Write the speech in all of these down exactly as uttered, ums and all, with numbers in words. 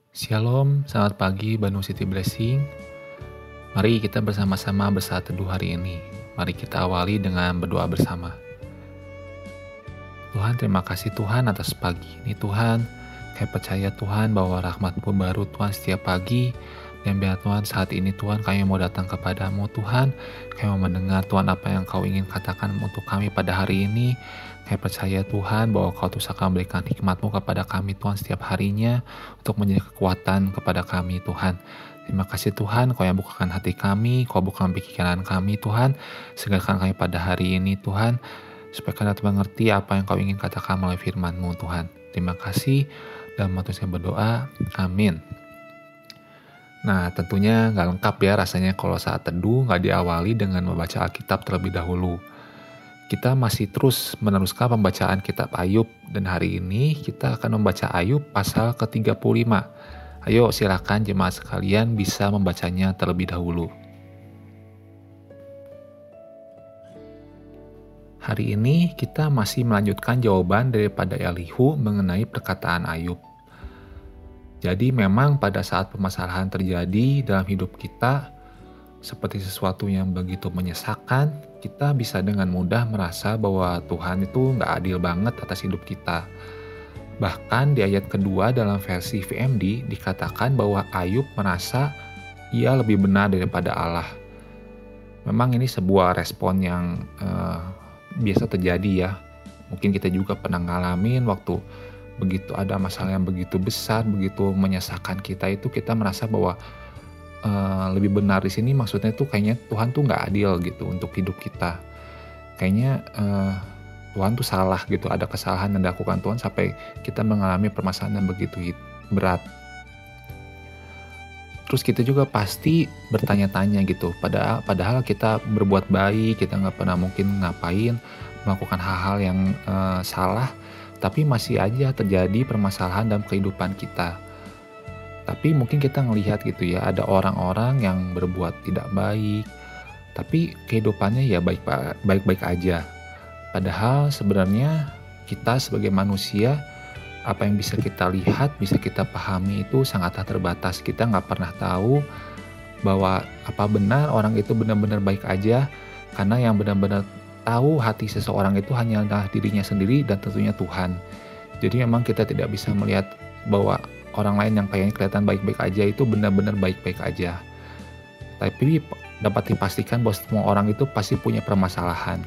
Shalom, selamat pagi Bandung City Blessing. Mari kita bersama-sama bersaat teduh hari ini. Mari kita awali dengan berdoa bersama. Tuhan, terima kasih Tuhan atas pagi ini Tuhan. Kami percaya Tuhan bahwa rahmat-Mu baru Tuhan setiap pagi. Dan biar Tuhan saat ini Tuhan kami mau datang kepadamu Tuhan. Kami mau mendengar Tuhan apa yang Kau ingin katakan untuk kami pada hari ini. Kami percaya Tuhan bahwa Kau terus akan memberikan hikmat-Mu kepada kami Tuhan setiap harinya. Untuk menjadi kekuatan kepada kami Tuhan. Terima kasih Tuhan, Kau yang bukakan hati kami, Kau bukakan pikiran kami Tuhan. Segarkan kami pada hari ini Tuhan. Supaya kami dapat mengerti apa yang Kau ingin katakan melalui firman-Mu Tuhan. Terima kasih. Dalam waktu saya berdoa, amin. Nah, tentunya nggak lengkap ya rasanya kalau saat teduh nggak diawali dengan membaca Alkitab terlebih dahulu. Kita masih terus meneruskan pembacaan kitab Ayub, dan hari ini kita akan membaca Ayub pasal ke tiga puluh lima. Ayo silakan jemaat sekalian bisa membacanya terlebih dahulu. Hari ini kita masih melanjutkan jawaban daripada Elihu mengenai perkataan Ayub. Jadi memang pada saat permasalahan terjadi dalam hidup kita, seperti sesuatu yang begitu menyesakan, kita bisa dengan mudah merasa bahwa Tuhan itu nggak adil banget atas hidup kita. Bahkan di ayat kedua dalam versi V M D dikatakan bahwa Ayub merasa ia lebih benar daripada Allah. Memang ini sebuah respon yang uh, biasa terjadi ya. Mungkin kita juga pernah ngalamin waktu begitu ada masalah yang begitu besar, begitu menyesakan kita itu kita merasa bahwa uh, lebih benar di sini maksudnya tuh kayaknya Tuhan tuh nggak adil gitu untuk hidup kita. Kayaknya uh, Tuhan tuh salah gitu, ada kesalahan yang dilakukan Tuhan sampai kita mengalami permasalahan yang begitu berat. Terus kita juga pasti bertanya-tanya gitu, padahal, padahal kita berbuat baik, kita nggak pernah mungkin ngapain, melakukan hal-hal yang uh, salah, tapi masih aja terjadi permasalahan dalam kehidupan kita. Tapi mungkin kita ngelihat gitu ya, ada orang-orang yang berbuat tidak baik, tapi kehidupannya ya baik-baik aja. Padahal sebenarnya kita sebagai manusia, apa yang bisa kita lihat, bisa kita pahami itu sangatlah terbatas. Kita nggak pernah tahu bahwa apa benar orang itu benar-benar baik aja, karena yang benar-benar tahu hati seseorang itu hanyalah dirinya sendiri dan tentunya Tuhan. Jadi memang kita tidak bisa melihat bahwa orang lain yang kayaknya kelihatan baik-baik aja itu benar-benar baik-baik aja. Tapi dapat dipastikan bahwa semua orang itu pasti punya permasalahan.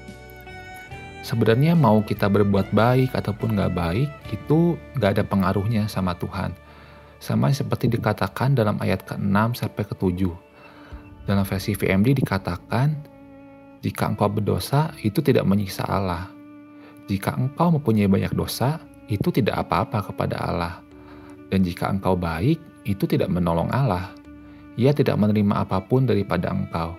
Sebenarnya mau kita berbuat baik ataupun gak baik itu gak ada pengaruhnya sama Tuhan. Sama seperti dikatakan dalam ayat ke enam sampai ke tujuh. Dalam versi V M D dikatakan, jika engkau berdosa, itu tidak menyiksa Allah. Jika engkau mempunyai banyak dosa, itu tidak apa-apa kepada Allah. Dan jika engkau baik, itu tidak menolong Allah. Ia tidak menerima apapun daripada engkau.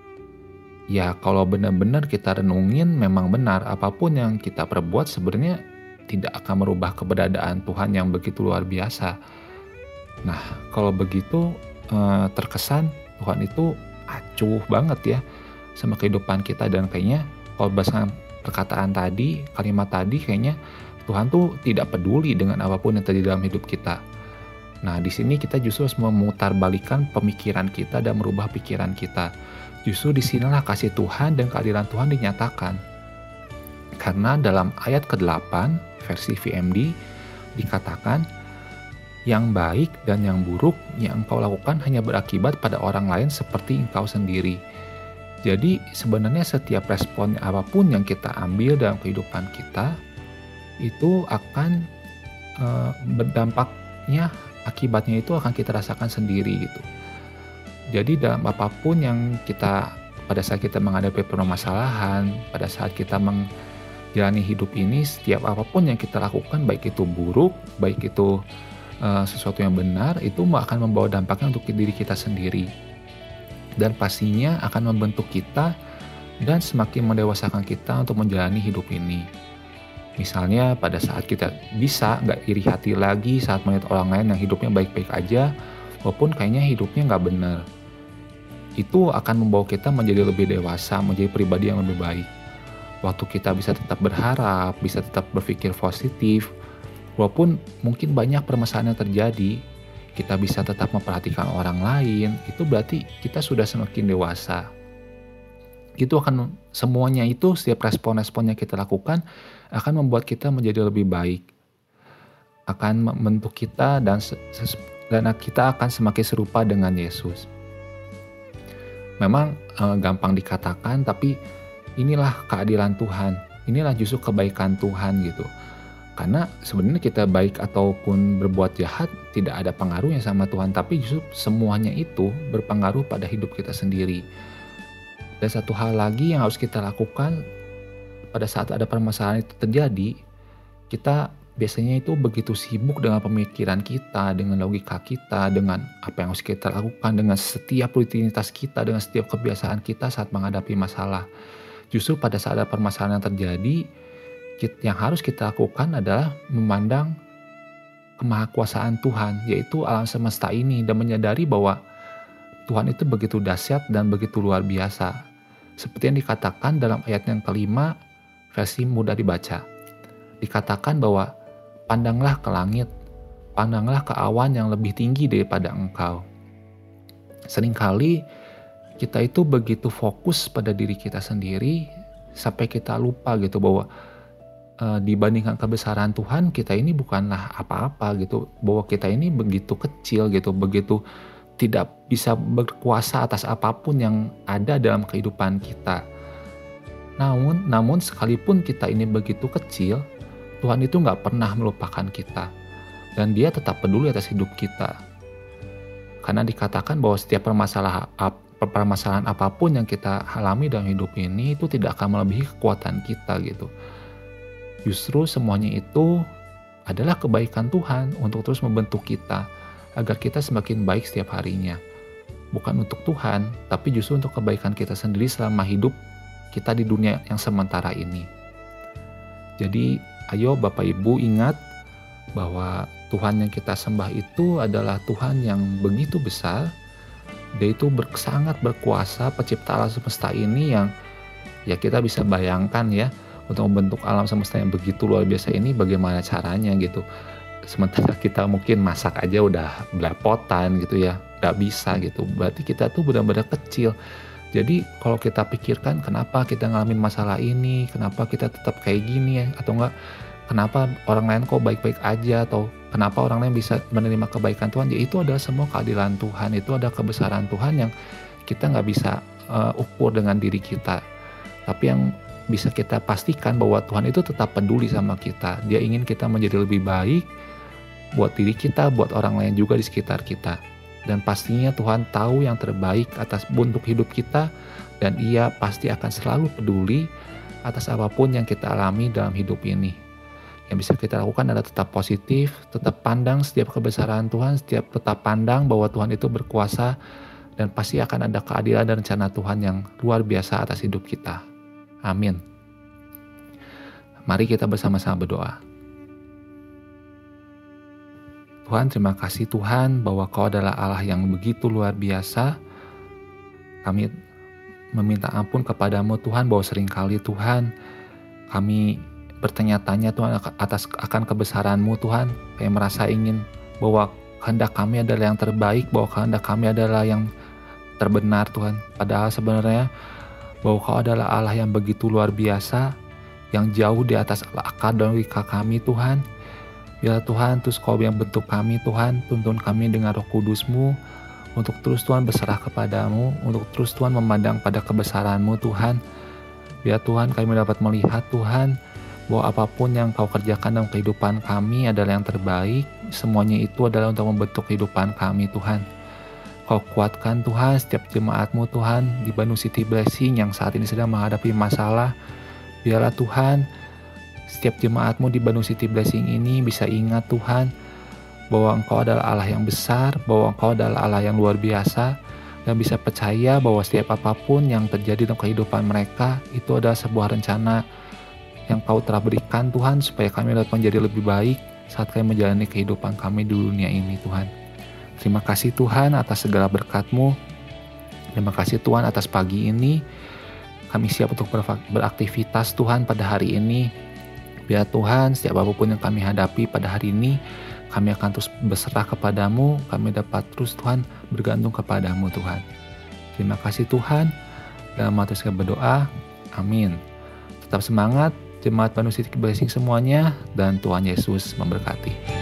Ya, kalau benar-benar kita renungin, memang benar apapun yang kita perbuat sebenarnya tidak akan merubah keberadaan Tuhan yang begitu luar biasa. Nah, kalau begitu terkesan Tuhan itu acuh banget ya sama kehidupan kita, dan kayaknya kalau berdasarkan perkataan tadi, kalimat tadi kayaknya Tuhan tuh tidak peduli dengan apapun yang terjadi dalam hidup kita. Nah, di sini kita justru harus memutarbalikkan pemikiran kita dan merubah pikiran kita. Justru disinilah kasih Tuhan dan keadilan Tuhan dinyatakan. Karena dalam ayat kedelapan versi V M D dikatakan, yang baik dan yang buruk yang engkau lakukan hanya berakibat pada orang lain seperti engkau sendiri. Jadi sebenarnya setiap respon apapun yang kita ambil dalam kehidupan kita itu akan e, berdampaknya, akibatnya itu akan kita rasakan sendiri gitu. Jadi dalam apapun yang kita, pada saat kita menghadapi permasalahan, pada saat kita menjalani hidup ini, setiap apapun yang kita lakukan, baik itu buruk, baik itu e, sesuatu yang benar, itu akan membawa dampaknya untuk diri kita sendiri. Dan pastinya akan membentuk kita dan semakin mendewasakan kita untuk menjalani hidup ini. Misalnya pada saat kita bisa gak iri hati lagi saat melihat orang lain yang hidupnya baik-baik aja, walaupun kayaknya hidupnya gak benar. Itu akan membawa kita menjadi lebih dewasa, menjadi pribadi yang lebih baik. Waktu kita bisa tetap berharap, bisa tetap berpikir positif, walaupun mungkin banyak permasalahan yang terjadi, kita bisa tetap memperhatikan orang lain, itu berarti kita sudah semakin dewasa. Itu akan semuanya itu, setiap respon-respon yang kita lakukan akan membuat kita menjadi lebih baik. Akan membentuk kita dan, dan kita akan semakin serupa dengan Yesus. Memang eh, gampang dikatakan, tapi inilah keadilan Tuhan. Inilah justru kebaikan Tuhan gitu. Karena sebenarnya kita baik ataupun berbuat jahat tidak ada pengaruhnya sama Tuhan, tapi justru semuanya itu berpengaruh pada hidup kita sendiri. Dan satu hal lagi yang harus kita lakukan pada saat ada permasalahan itu terjadi, kita biasanya itu begitu sibuk dengan pemikiran kita, dengan logika kita, dengan apa yang harus kita lakukan, dengan setiap rutinitas kita, dengan setiap kebiasaan kita saat menghadapi masalah. Justru pada saat ada permasalahan yang terjadi, yang harus kita lakukan adalah memandang kemahakuasaan Tuhan, yaitu alam semesta ini, dan menyadari bahwa Tuhan itu begitu dahsyat dan begitu luar biasa. Seperti yang dikatakan dalam ayat yang kelima, versi mudah dibaca. Dikatakan bahwa pandanglah ke langit, pandanglah ke awan yang lebih tinggi daripada engkau. Seringkali kita itu begitu fokus pada diri kita sendiri, sampai kita lupa gitu bahwa Uh, dibandingkan kebesaran Tuhan, kita ini bukanlah apa-apa gitu, bahwa kita ini begitu kecil gitu, begitu tidak bisa berkuasa atas apapun yang ada dalam kehidupan kita. Namun, namun sekalipun kita ini begitu kecil, Tuhan itu nggak pernah melupakan kita, dan Dia tetap peduli atas hidup kita. Karena dikatakan bahwa setiap permasalahan, permasalahan apapun yang kita alami dalam hidup ini itu tidak akan melebihi kekuatan kita gitu. Justru semuanya itu adalah kebaikan Tuhan untuk terus membentuk kita agar kita semakin baik setiap harinya. Bukan untuk Tuhan, tapi justru untuk kebaikan kita sendiri selama hidup kita di dunia yang sementara ini. Jadi ayo Bapak Ibu ingat bahwa Tuhan yang kita sembah itu adalah Tuhan yang begitu besar. Dia itu ber, sangat berkuasa, pencipta alam semesta ini yang ya kita bisa bayangkan ya, untuk membentuk alam semesta yang begitu luar biasa ini bagaimana caranya gitu. Sementara kita mungkin masak aja udah belepotan gitu ya, gak bisa gitu. Berarti kita tuh benar-benar kecil. Jadi kalau kita pikirkan kenapa kita ngalamin masalah ini, kenapa kita tetap kayak gini ya, atau enggak kenapa orang lain kok baik-baik aja, atau kenapa orang lain bisa menerima kebaikan Tuhan, ya itu adalah semua keadilan Tuhan, itu ada kebesaran Tuhan yang kita gak bisa uh, ukur dengan diri kita. Tapi yang bisa kita pastikan bahwa Tuhan itu tetap peduli sama kita. Dia ingin kita menjadi lebih baik buat diri kita, buat orang lain juga di sekitar kita. Dan pastinya Tuhan tahu yang terbaik atas bentuk hidup kita, dan Ia pasti akan selalu peduli atas apapun yang kita alami dalam hidup ini. Yang bisa kita lakukan adalah tetap positif, tetap pandang setiap kebesaran Tuhan, setiap tetap pandang bahwa Tuhan itu berkuasa, dan pasti akan ada keadilan dan rencana Tuhan yang luar biasa atas hidup kita. Amin. Mari kita bersama-sama berdoa. Tuhan, terima kasih Tuhan bahwa Kau adalah Allah yang begitu luar biasa. Kami meminta ampun kepadamu Tuhan bahwa seringkali Tuhan kami bertanya-tanya Tuhan atas akan kebesaran-Mu Tuhan. Kami merasa ingin bahwa kehendak kami adalah yang terbaik, bahwa kehendak kami adalah yang terbenar Tuhan. Padahal sebenarnya bahwa Kau adalah Allah yang begitu luar biasa, yang jauh di atas akal dan logika kami Tuhan. Biarlah Tuhan terus Kau yang bentuk kami Tuhan, tuntun kami dengan Roh Kudus-Mu untuk terus Tuhan berserah kepadamu, untuk terus Tuhan memandang pada kebesaran-Mu Tuhan. Biar Tuhan kami dapat melihat Tuhan bahwa apapun yang Kau kerjakan dalam kehidupan kami adalah yang terbaik. Semuanya itu adalah untuk membentuk kehidupan kami Tuhan. Kau kuatkan Tuhan setiap jemaat-Mu Tuhan di Bandung City Blessing yang saat ini sedang menghadapi masalah. Biarlah Tuhan setiap jemaat-Mu di Bandung City Blessing ini bisa ingat Tuhan bahwa Engkau adalah Allah yang besar, bahwa Engkau adalah Allah yang luar biasa, dan bisa percaya bahwa setiap apapun yang terjadi dalam kehidupan mereka itu adalah sebuah rencana yang Kau telah berikan Tuhan, supaya kami dapat menjadi lebih baik saat kami menjalani kehidupan kami di dunia ini Tuhan. Terima kasih Tuhan atas segala berkat-Mu. Terima kasih Tuhan atas pagi ini. Kami siap untuk beraktivitas Tuhan pada hari ini. Biar Tuhan setiap apapun yang kami hadapi pada hari ini kami akan terus berserah kepadamu, kami dapat terus Tuhan bergantung kepadamu Tuhan. Terima kasih Tuhan, dalam hati saya berdoa, amin. Tetap semangat, jemaat Bandung City Blessing semuanya, dan Tuhan Yesus memberkati.